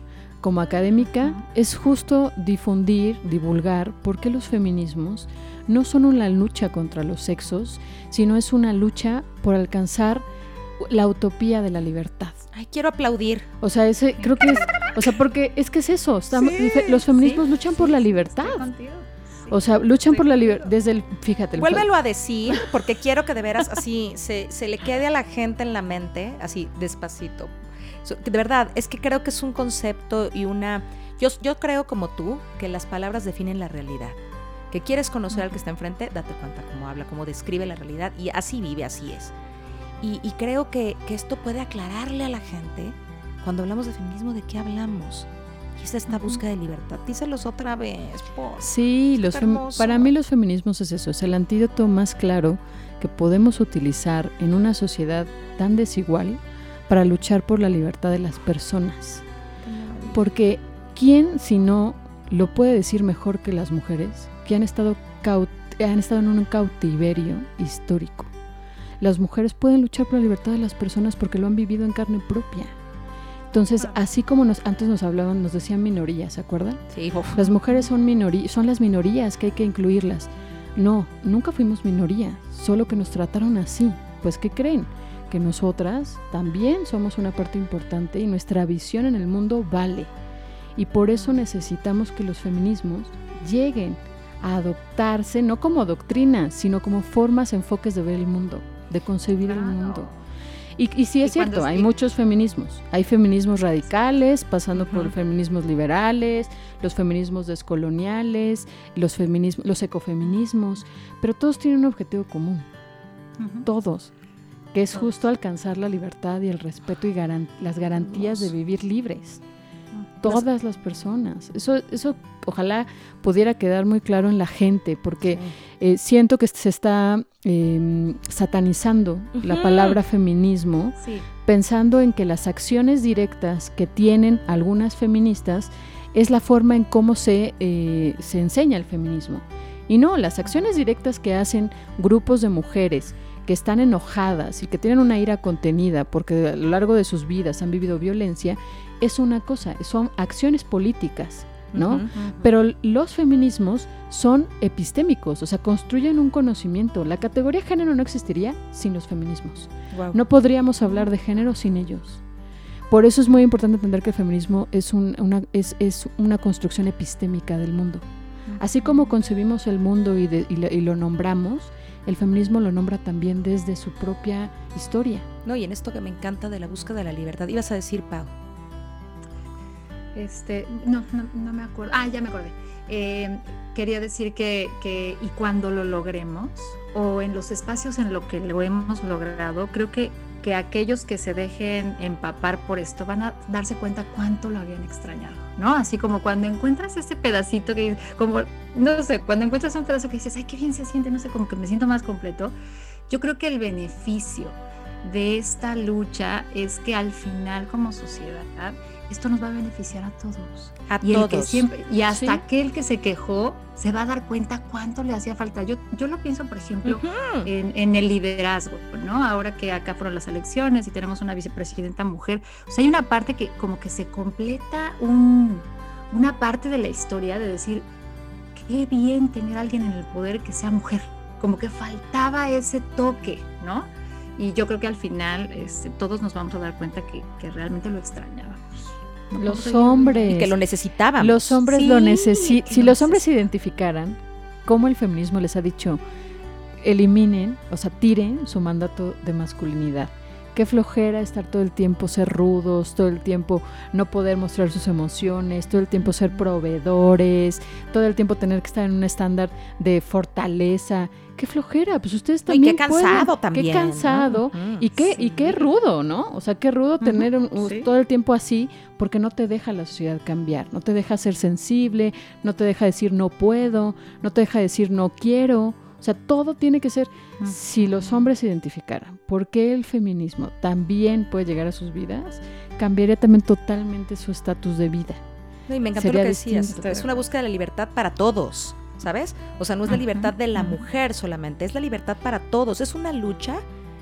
como académica, uh-huh. es justo difundir, divulgar por qué los feminismos no son una lucha contra los sexos, sino es una lucha por alcanzar la utopía de la libertad. Ay, quiero aplaudir. O sea, ese creo que es, o sea, porque es que es eso, estamos, sí, los feminismos sí, luchan sí, por la libertad. Sí, o sea, luchan sí, por la libertad desde el, fíjate. Vuélvelo el... a decir, porque quiero que de veras así se, se le quede a la gente en la mente, así despacito. De verdad, es que creo que es un concepto y una... Yo, yo creo como tú que las palabras definen la realidad. Que quieres conocer al que está enfrente, date cuenta cómo habla, cómo describe la realidad y así vive, así es. Y, y creo que, que esto puede aclararle a la gente cuando hablamos de feminismo de qué hablamos. Y es esta búsqueda de libertad. Díselos otra vez, por. Sí, los fem- para mí los feminismos es eso, es el antídoto más claro que podemos utilizar en una sociedad tan desigual para luchar por la libertad de las personas. Porque ¿quién si no lo puede decir mejor que las mujeres que han estado, caut- han estado en un cautiverio histórico? Las mujeres pueden luchar por la libertad de las personas porque lo han vivido en carne propia. Entonces, así como nos, antes nos hablaban, nos decían minorías, ¿se acuerdan? Sí. Uf. Las mujeres son minorías, son las minorías que hay que incluirlas. No, nunca fuimos minoría, solo que nos trataron así. Pues, ¿qué creen? Que nosotras también somos una parte importante y nuestra visión en el mundo vale. Y por eso necesitamos que los feminismos lleguen a adoptarse, no como doctrinas, sino como formas, enfoques de ver el mundo, de concebir claro. el mundo. Y, y sí es y cierto, hay sí. muchos feminismos. Hay feminismos radicales, pasando uh-huh. por feminismos liberales, los feminismos descoloniales, los, feminismos, los ecofeminismos, pero todos tienen un objetivo común. Uh-huh. Todos. Que es todos. Justo alcanzar la libertad y el respeto y garan- las garantías todos. De vivir libres. Todas las personas. Eso, eso ojalá pudiera quedar muy claro en la gente, porque sí. eh, siento que se está eh, satanizando uh-huh. la palabra feminismo, sí. pensando en que las acciones directas que tienen algunas feministas es la forma en cómo se, eh, se enseña el feminismo. Y no, las acciones directas que hacen grupos de mujeres que están enojadas y que tienen una ira contenida porque a lo largo de sus vidas han vivido violencia, es una cosa, son acciones políticas, ¿no? Uh-huh, uh-huh. Pero los feminismos son epistémicos, o sea, construyen un conocimiento. La categoría género no existiría sin los feminismos. Wow. No podríamos hablar de género sin ellos. Por eso es muy importante entender que el feminismo es, un, una, es, es una construcción epistémica del mundo. Uh-huh. Así como concebimos el mundo y, de, y, lo, y lo nombramos, el feminismo lo nombra también desde su propia historia. No, y en esto que me encanta de la búsqueda de la libertad, ibas a decir, Pau. Este, no, no, no me acuerdo. Ah, ya me acordé. Eh, quería decir que, que y cuando lo logremos, o en los espacios en los que lo hemos logrado, creo que, que aquellos que se dejen empapar por esto van a darse cuenta cuánto lo habían extrañado, ¿no? Así como cuando encuentras ese pedacito que, como, no sé, cuando encuentras un pedazo que dices, ay, qué bien se siente, no sé, como que me siento más completo. Yo creo que el beneficio de esta lucha es que al final, como sociedad, esto nos va a beneficiar a todos. A y todos. El que siempre, y hasta ¿sí? aquel que se quejó se va a dar cuenta cuánto le hacía falta. Yo, yo lo pienso, por ejemplo, uh-huh. en, en el liderazgo, ¿no? Ahora que acá fueron las elecciones y tenemos una vicepresidenta mujer, o sea, hay una parte que como que se completa un, una parte de la historia de decir, qué bien tener a alguien en el poder que sea mujer. Como que faltaba ese toque, ¿no? Y yo creo que al final este, todos nos vamos a dar cuenta que, que realmente lo extrañábamos. No los hombres. Y que lo necesitaban. Los hombres sí, lo necesitan. Si los hombres se identificaran, como el feminismo les ha dicho, eliminen, o sea, tiren su mandato de masculinidad. Qué flojera estar todo el tiempo ser rudos, todo el tiempo no poder mostrar sus emociones, todo el tiempo ser proveedores, todo el tiempo tener que estar en un estándar de fortaleza. Qué flojera, pues ustedes también y qué cansado pueden. también. Qué cansado, ¿no? Uh-huh. y, qué, sí. y qué rudo, ¿no? O sea, qué rudo uh-huh. tener un, un, ¿sí? todo el tiempo así, porque no te deja la sociedad cambiar, no te deja ser sensible, no te deja decir no puedo, no te deja decir no quiero. O sea, todo tiene que ser, uh-huh. si los hombres se identificaran por qué el feminismo también puede llegar a sus vidas, cambiaría también totalmente su estatus de vida. No, y me encantó Sería lo que decías, distinto. Es una búsqueda de la libertad para todos, ¿sabes? O sea, no es la libertad de la mujer solamente, es la libertad para todos, es una lucha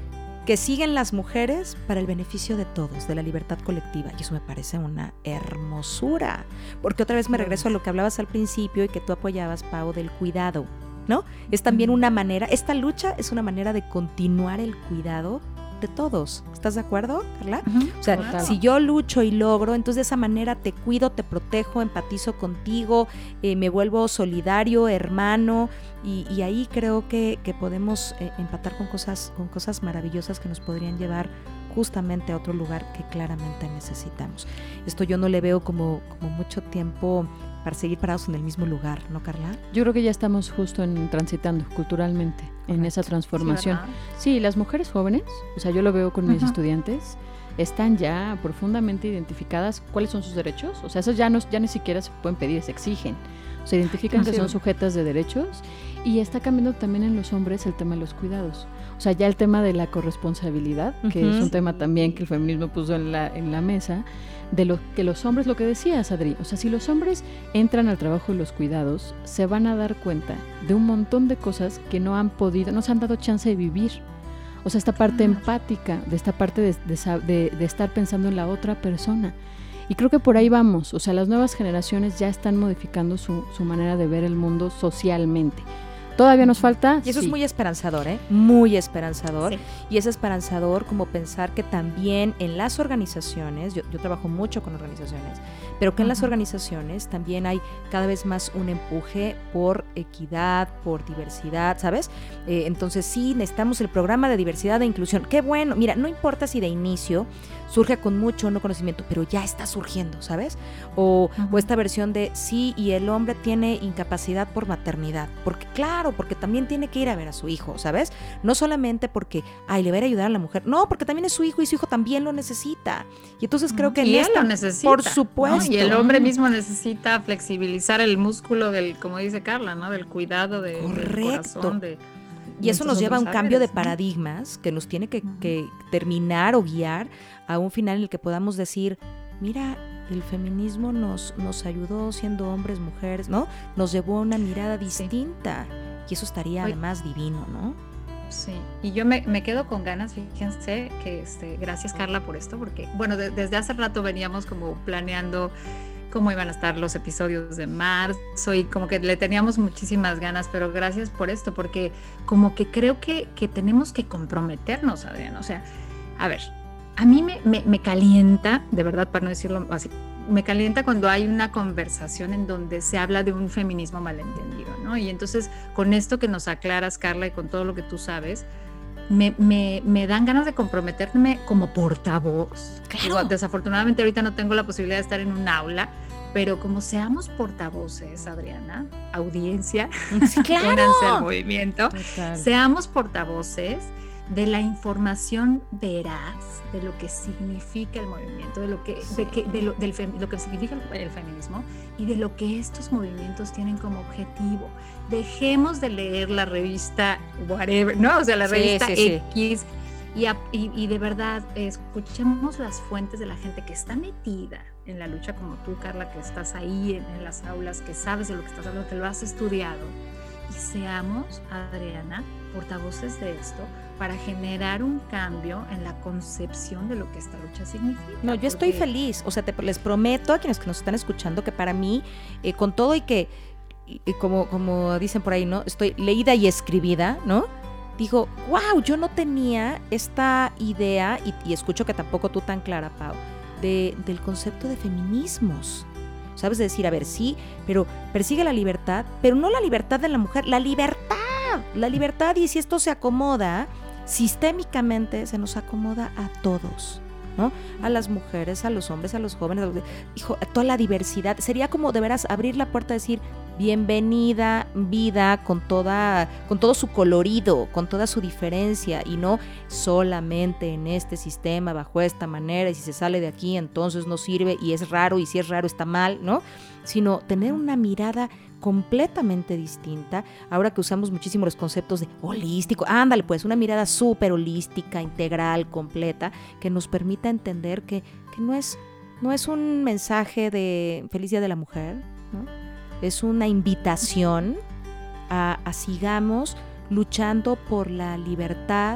que siguen las mujeres para el beneficio de todos, de la libertad colectiva. Y eso me parece una hermosura. Porque otra vez me regreso a lo que hablabas al principio y que tú apoyabas, Pau, del cuidado, ¿no? Es también una manera, esta lucha es una manera de continuar el cuidado de todos. ¿Estás de acuerdo, Carla? Uh-huh. O sea, total. Si yo lucho y logro, entonces de esa manera te cuido, te protejo, empatizo contigo, eh, me vuelvo solidario, hermano, y, y ahí creo que, que podemos eh, empatar con cosas, con cosas maravillosas que nos podrían llevar justamente a otro lugar que claramente necesitamos. Esto yo no le veo como, como mucho tiempo para seguir parados en el mismo lugar, ¿no, Carla? Yo creo que ya estamos justo en transitando culturalmente en Correcto. Esa transformación. Sí, sí, las mujeres jóvenes, o sea, yo lo veo con uh-huh. mis estudiantes, están ya profundamente identificadas cuáles son sus derechos, o sea, esos ya, no, ya ni siquiera se pueden pedir, se exigen. Se identifican Ay, que sí. son sujetas de derechos y está cambiando también en los hombres el tema de los cuidados. O sea, ya el tema de la corresponsabilidad, que uh-huh. es un tema también que el feminismo puso en la, en la mesa, de lo que los hombres, lo que decías, Adri, o sea, si los hombres entran al trabajo de los cuidados, se van a dar cuenta de un montón de cosas que no han podido, no se han dado chance de vivir. O sea, esta parte uh-huh. empática, de esta parte de, de, de, de estar pensando en la otra persona. Y creo que por ahí vamos, o sea, las nuevas generaciones ya están modificando su, su manera de ver el mundo socialmente. Todavía nos falta. Y eso sí. es muy esperanzador, ¿eh? Muy esperanzador. Sí. Y es esperanzador como pensar que también en las organizaciones, yo, yo trabajo mucho con organizaciones, pero que en uh-huh. las organizaciones también hay cada vez más un empuje por equidad, por diversidad, ¿sabes? Eh, entonces sí, necesitamos el programa de diversidad e inclusión. Qué bueno, mira, no importa si de inicio surge con mucho no conocimiento, pero ya está surgiendo, ¿sabes? O, uh-huh. o esta versión de sí, y el hombre tiene incapacidad por maternidad, porque claro, porque también tiene que ir a ver a su hijo, ¿sabes? No solamente porque, ay, le va a ir a ayudar a la mujer, no, porque también es su hijo y su hijo también lo necesita. Y entonces creo que y en él esta, lo necesita, por supuesto. ¿no? Y el hombre mismo necesita flexibilizar el músculo del, como dice Carla, ¿no? Del cuidado de, del corazón, de... Y eso nos lleva a un cambio de paradigmas que nos tiene que, que terminar o guiar a un final en el que podamos decir, mira, el feminismo nos, nos ayudó siendo hombres, mujeres, ¿no? Nos llevó a una mirada distinta. Sí. Y eso estaría Oye, además divino, ¿no? Sí, y yo me, me quedo con ganas, fíjense, que este, gracias Carla por esto, porque bueno, de, desde hace rato veníamos como planeando cómo iban a estar los episodios de marzo y como que le teníamos muchísimas ganas, pero gracias por esto, porque como que creo que, que tenemos que comprometernos, Adriana. O sea, a ver, a mí me, me, me calienta, de verdad, para no decirlo así, me calienta cuando hay una conversación en donde se habla de un feminismo malentendido, ¿no? Y entonces, con esto que nos aclaras, Carla, y con todo lo que tú sabes, me, me, me dan ganas de comprometerme como portavoz. Claro. Digo, desafortunadamente ahorita no tengo la posibilidad de estar en un aula, pero como seamos portavoces, Adriana, audiencia, sí, claro. únanse al movimiento, total. Seamos portavoces de la información veraz de lo que significa el movimiento, de lo que, sí. de que, de lo, del fem, lo que significa el feminismo y de lo que estos movimientos tienen como objetivo. Dejemos de leer la revista whatever, ¿no? O sea, la sí, revista sí, X sí. Y, a, y, y de verdad escuchemos las fuentes de la gente que está metida en la lucha, como tú, Carla, que estás ahí en, en las aulas, que sabes de lo que estás hablando, que lo has estudiado, y seamos, Adriana, portavoces de esto para generar un cambio en la concepción de lo que esta lucha significa. No, yo porque... estoy feliz, o sea, te, les prometo a quienes que nos están escuchando que para mí, eh, con todo y que, y, y como, como dicen por ahí, ¿no? Estoy leída y escribida, ¿no? Digo, wow, yo no tenía esta idea, y, y escucho que tampoco tú tan clara, Pau, de, del concepto de feminismos. ¿Sabes? De decir, a ver, sí, pero persigue la libertad, pero no la libertad de la mujer, la libertad, la libertad, y si esto se acomoda, sistémicamente se nos acomoda a todos, ¿no? A las mujeres, a los hombres, a los jóvenes, a, los, hijo, a toda la diversidad. Sería como de veras abrir la puerta y decir, bienvenida vida con toda, con todo su colorido, con toda su diferencia, y no solamente en este sistema, bajo esta manera, y si se sale de aquí entonces no sirve y es raro, y si es raro está mal, ¿no? Sino tener una mirada completamente distinta, ahora que usamos muchísimo los conceptos de holístico, ándale pues, una mirada súper holística, integral, completa, que nos permita entender que, que no es, no es un mensaje de Feliz Día de la Mujer, ¿no? Es una invitación a, a sigamos luchando por la libertad,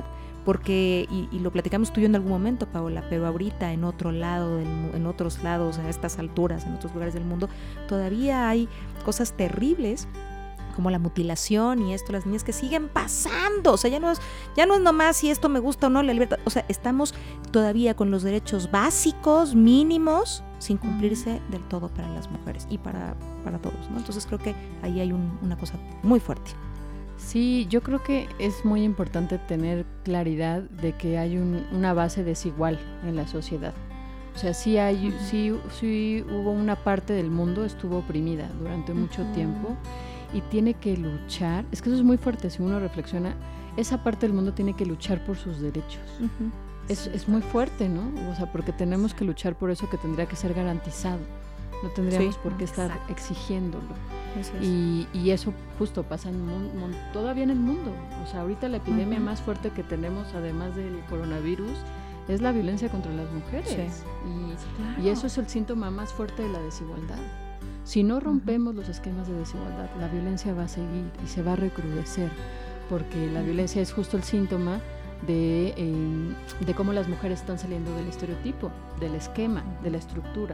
porque, y, y lo platicamos tú y yo en algún momento, Paola, pero ahorita en otro lado, del, en otros lados, a estas alturas, en otros lugares del mundo, todavía hay cosas terribles como la mutilación y esto, las niñas que siguen pasando, o sea, ya no es, ya no es nomás si esto me gusta o no, la libertad, o sea, estamos todavía con los derechos básicos, mínimos, sin cumplirse del todo para las mujeres y para, para todos, ¿no? Entonces creo que ahí hay un, una cosa muy fuerte. Sí, yo creo que es muy importante tener claridad de que hay un, una base desigual en la sociedad. O sea, sí, hay, uh-huh. sí, sí hubo una parte del mundo estuvo oprimida durante mucho uh-huh. tiempo y tiene que luchar, es que eso es muy fuerte si uno reflexiona, esa parte del mundo tiene que luchar por sus derechos. Uh-huh. Es, sí, es muy fuerte, ¿no? O sea, porque tenemos que luchar por eso que tendría que ser garantizado. No tendríamos sí, por qué estar exacto. exigiéndolo. Eso es. y, y eso justo pasa en mon, mon, todavía en el mundo. O sea, ahorita la epidemia uh-huh. más fuerte que tenemos, además del coronavirus, es la violencia contra las mujeres. Sí. Y, claro. y eso es el síntoma más fuerte de la desigualdad. Si no rompemos uh-huh. los esquemas de desigualdad, la violencia va a seguir y se va a recrudecer, porque la uh-huh. violencia es justo el síntoma de, eh, de cómo las mujeres están saliendo del estereotipo, del esquema, de la estructura.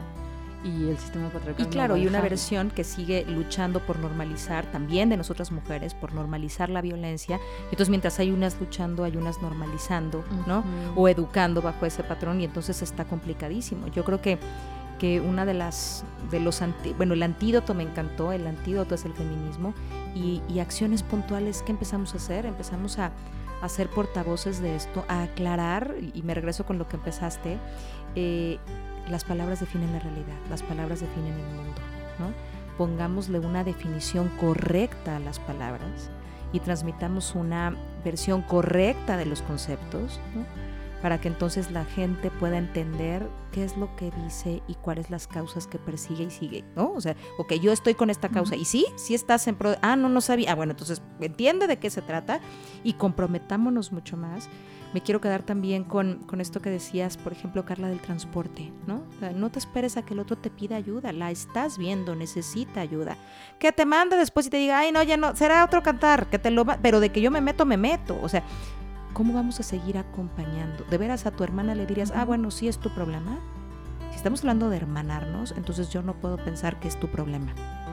Y el sistema patriarcal. Y claro, no y una versión que sigue luchando por normalizar, también de nosotras mujeres, por normalizar la violencia. Entonces, mientras hay unas luchando, hay unas normalizando, ¿no? Uh-huh. O educando bajo ese patrón, y entonces está complicadísimo. Yo creo que, que una de las, de los, anti, bueno, el antídoto me encantó, el antídoto es el feminismo, y, y acciones puntuales que empezamos a hacer, empezamos a, a ser portavoces de esto, a aclarar, y me regreso con lo que empezaste, eh, las palabras definen la realidad, las palabras definen el mundo, ¿no? Pongámosle una definición correcta a las palabras y transmitamos una versión correcta de los conceptos, ¿no? Para que entonces la gente pueda entender qué es lo que dice y cuáles las causas que persigue y sigue, ¿no? O sea, ok, yo estoy con esta causa, y sí, sí estás en pro, ah, no, no sabía, ah, bueno, entonces entiende de qué se trata y comprometámonos mucho más. Me quiero quedar también con, con esto que decías, por ejemplo, Carla, del transporte, ¿no? O sea, no te esperes a que el otro te pida ayuda, la estás viendo, necesita ayuda. Que te mande después y te diga, ay, no, ya no, será otro cantar, que te lo va, pero de que yo me meto, me meto. O sea, ¿cómo vamos a seguir acompañando? ¿De veras a tu hermana le dirías, ah, bueno, sí es tu problema? Si estamos hablando de hermanarnos, entonces yo no puedo pensar que es tu problema.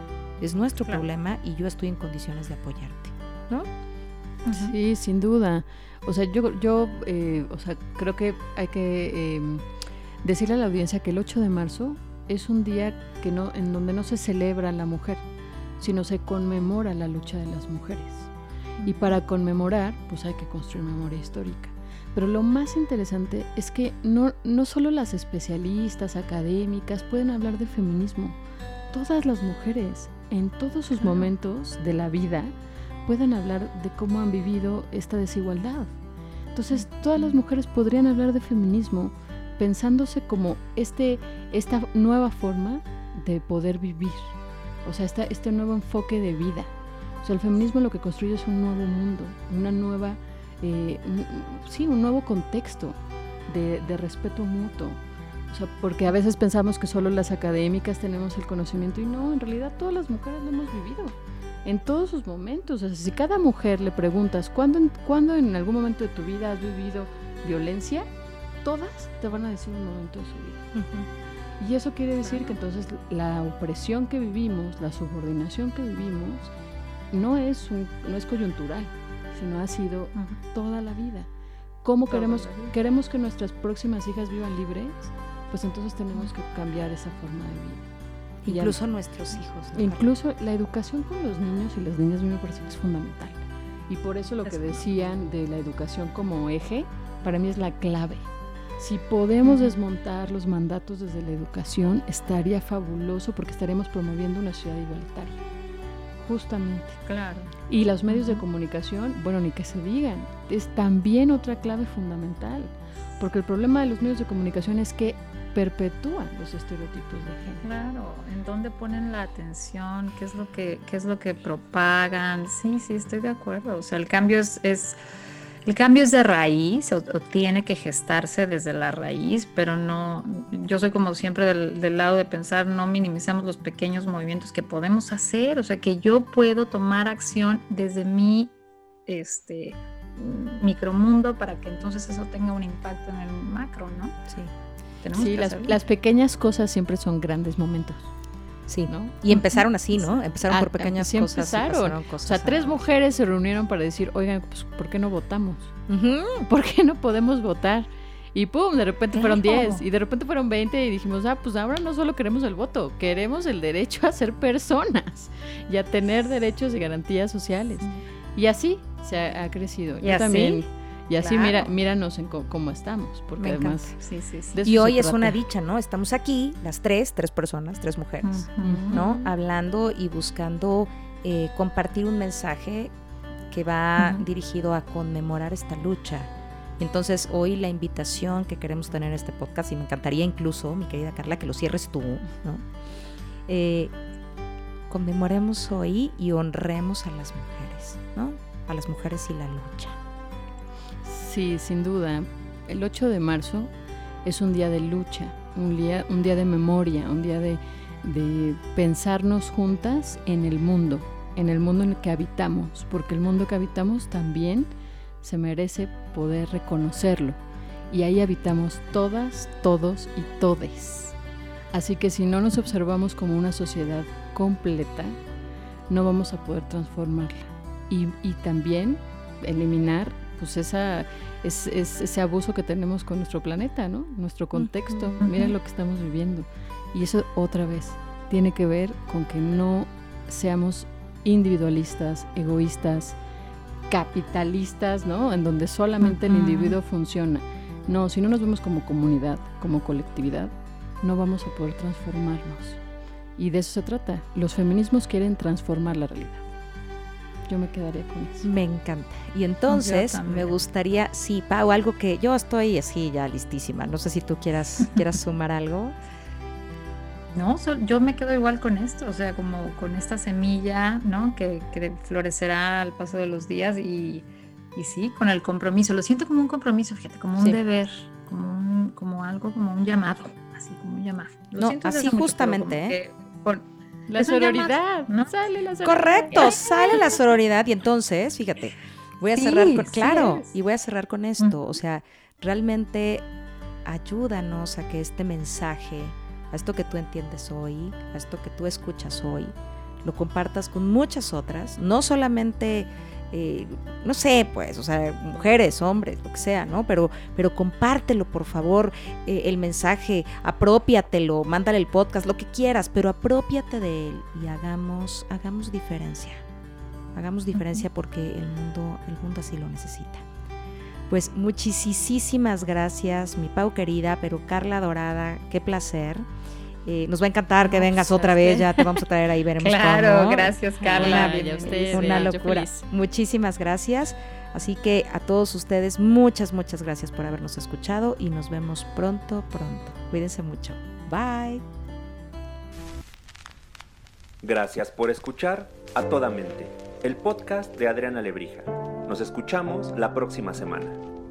Es nuestro claro. problema y yo estoy en condiciones de apoyarte, ¿no? Uh-huh. Sí, sin duda. O sea, yo, yo eh, o sea, creo que hay que eh, decirle a la audiencia que el ocho de marzo es un día que no, en donde no se celebra la mujer, sino se conmemora la lucha de las mujeres. Y para conmemorar, pues hay que construir memoria histórica. Pero lo más interesante es que no, no solo las especialistas, académicas pueden hablar de feminismo. Todas las mujeres, en todos sus momentos de la vida, pueden hablar de cómo han vivido esta desigualdad. Entonces, todas las mujeres podrían hablar de feminismo pensándose como este, esta nueva forma de poder vivir. O sea, esta, este nuevo enfoque de vida. O sea, el feminismo lo que construye es un nuevo mundo, una nueva, eh, un, sí, un nuevo contexto de, de respeto mutuo. O sea, porque a veces pensamos que solo las académicas tenemos el conocimiento y no, en realidad todas las mujeres lo hemos vivido. En todos sus momentos. O sea, si cada mujer le preguntas ¿cuándo, ¿cuándo en algún momento de tu vida has vivido violencia? Todas te van a decir un momento de su vida. Uh-huh. Y eso quiere decir que entonces la opresión que vivimos, la subordinación que vivimos, no es, un, no es coyuntural, sino ha sido uh-huh. toda la vida. ¿Cómo queremos, queremos que nuestras próximas hijas vivan libres? Pues entonces tenemos que cambiar esa forma de vida. Incluso ya, nuestros hijos, ¿no? Incluso la educación con los niños y las niñas a mí me parece que es fundamental. Y por eso lo que decían de la educación como eje, para mí es la clave. Si podemos uh-huh. desmontar los mandatos desde la educación, estaría fabuloso porque estaremos promoviendo una sociedad igualitaria. Justamente. Claro. Y los medios uh-huh. de comunicación, bueno, ni que se digan, es también otra clave fundamental. Porque el problema de los medios de comunicación es que perpetúan los estereotipos de género. Claro, ¿en dónde ponen la atención? ¿Qué es lo que, qué es lo que propagan? Sí, sí, estoy de acuerdo. O sea, el cambio es, es el cambio es de raíz, o, o tiene que gestarse desde la raíz, pero no, yo soy como siempre del, del lado de pensar, no minimizamos los pequeños movimientos que podemos hacer, o sea, que yo puedo tomar acción desde mi, este, micromundo para que entonces eso tenga un impacto en el macro, ¿no? Sí. Tenemos Sí, que las, hacerlo. las pequeñas cosas siempre son grandes momentos. Sí, ¿no? Y empezaron así, ¿no? Empezaron Ah, por pequeñas así cosas. y empezaron. pasaron O cosas sea, a- tres mujeres se reunieron para decir, oigan, pues, ¿por qué no votamos? Ujú. ¿Por qué no podemos votar? Y pum, de repente fueron Claro. diez, y de repente fueron veinte, y dijimos, ah, pues ahora no solo queremos el voto, queremos el derecho a ser personas y a tener derechos y garantías sociales. Y así se ha, ha crecido. Y Yo así, también. Y así, claro. mira, míranos en co- cómo estamos, porque Me además encanta. Sí, sí, sí. de eso Y se hoy es trata. una dicha, ¿no? Estamos aquí, las tres, tres personas, tres mujeres, Ujú. ¿no? Hablando y buscando eh, compartir un mensaje que va Ujú. dirigido a conmemorar esta lucha. Entonces, hoy la invitación que queremos tener en este podcast, y me encantaría incluso, mi querida Carla, que lo cierres tú, ¿no? Eh, conmemoremos hoy y honremos a las mujeres, ¿no? A las mujeres y la lucha. Sí, sin duda. El ocho de marzo es un día de lucha, un día, un día de memoria, un día de, de pensarnos juntas en el mundo, en el mundo en el que habitamos, porque el mundo que habitamos también se merece poder reconocerlo. Y ahí habitamos todas, todos y todes. Así que si no nos observamos como una sociedad completa, no vamos a poder transformarla. Y, y también eliminar pues esa, es, es, ese abuso que tenemos con nuestro planeta, ¿no? Nuestro contexto. Ujú. Mira lo que estamos viviendo. Y eso otra vez tiene que ver con que no seamos individualistas, egoístas, capitalistas, ¿no? En donde solamente el Ujú. individuo funciona. No, si no nos vemos como comunidad, como colectividad, no vamos a poder transformarnos. Y de eso se trata. Los feminismos quieren transformar la realidad. Yo me quedaría con eso. Me encanta. Y entonces Yo también. me gustaría, sí, Pau, algo que yo estoy así ya listísima. No sé si tú quieras, quieras sumar algo. No, so- yo me quedo igual con esto, o sea, como con esta semilla, ¿no? Que, que florecerá al paso de los días y, y sí, con el compromiso. Lo siento como un compromiso, fíjate, como un Sí. deber, como, un, como algo, como un llamado, así como un llamado. Lo No, siento desde así hace mucho, justamente, pero como ¿eh? que con- La Es un sororidad, llamado, ¿no? Sale la sororidad. Correcto, sale la sororidad y entonces, fíjate, voy a Sí, cerrar con, sí claro, es. y voy a cerrar con esto, Ujú. o sea, realmente ayúdanos a que este mensaje, a esto que tú entiendes hoy, a esto que tú escuchas hoy, lo compartas con muchas otras, no solamente, eh, no sé, pues, o sea, mujeres, hombres, lo que sea, ¿no? Pero, pero compártelo, por favor, eh, el mensaje, apropiatelo, mándale el podcast, lo que quieras, pero apropiate de él y hagamos, hagamos diferencia. Hagamos diferencia porque el mundo, el mundo así lo necesita. Pues muchísimas gracias, mi Pau querida, pero Carla Dorada, qué placer. Eh, nos va a encantar que No, vengas pues, otra a vez, usted. ya te vamos a traer ahí, veremos Claro, cómo. gracias, Carla. Ay, a bienvenida. ustedes. Una yo locura. feliz. Muchísimas gracias. Así que a todos ustedes, muchas, muchas gracias por habernos escuchado y nos vemos pronto, pronto. Cuídense mucho. Bye. Gracias por escuchar A Toda Mente, el podcast de Adriana Lebrija. Nos escuchamos la próxima semana.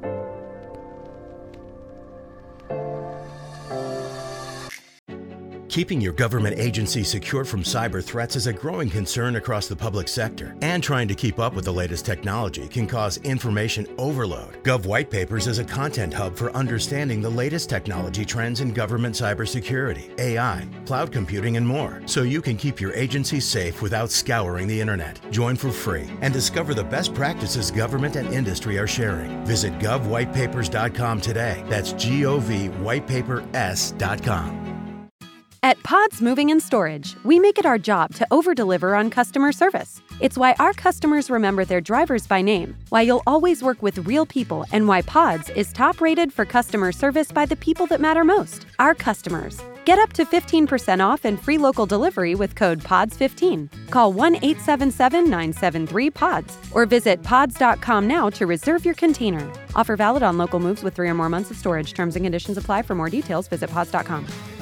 Keeping your government agency secure from cyber threats is a growing concern across the public sector, and trying to keep up with the latest technology can cause information overload. Gov White Papers is a content hub for understanding the latest technology trends in government cybersecurity, A I, cloud computing, and more, so you can keep your agency safe without scouring the internet. Join for free and discover the best practices government and industry are sharing. Visit gov white papers dot com today. That's G O V white paper s dot com. At Pods Moving and Storage, we make it our job to over-deliver on customer service. It's why our customers remember their drivers by name, why you'll always work with real people, and why Pods is top-rated for customer service by the people that matter most, our customers. Get up to fifteen percent off and free local delivery with code P O D S fifteen. Call one eight seven seven, nine seven three, P O D S or visit pods dot com now to reserve your container. Offer valid on local moves with three or more months of storage. Terms and conditions apply. For more details, visit pods dot com.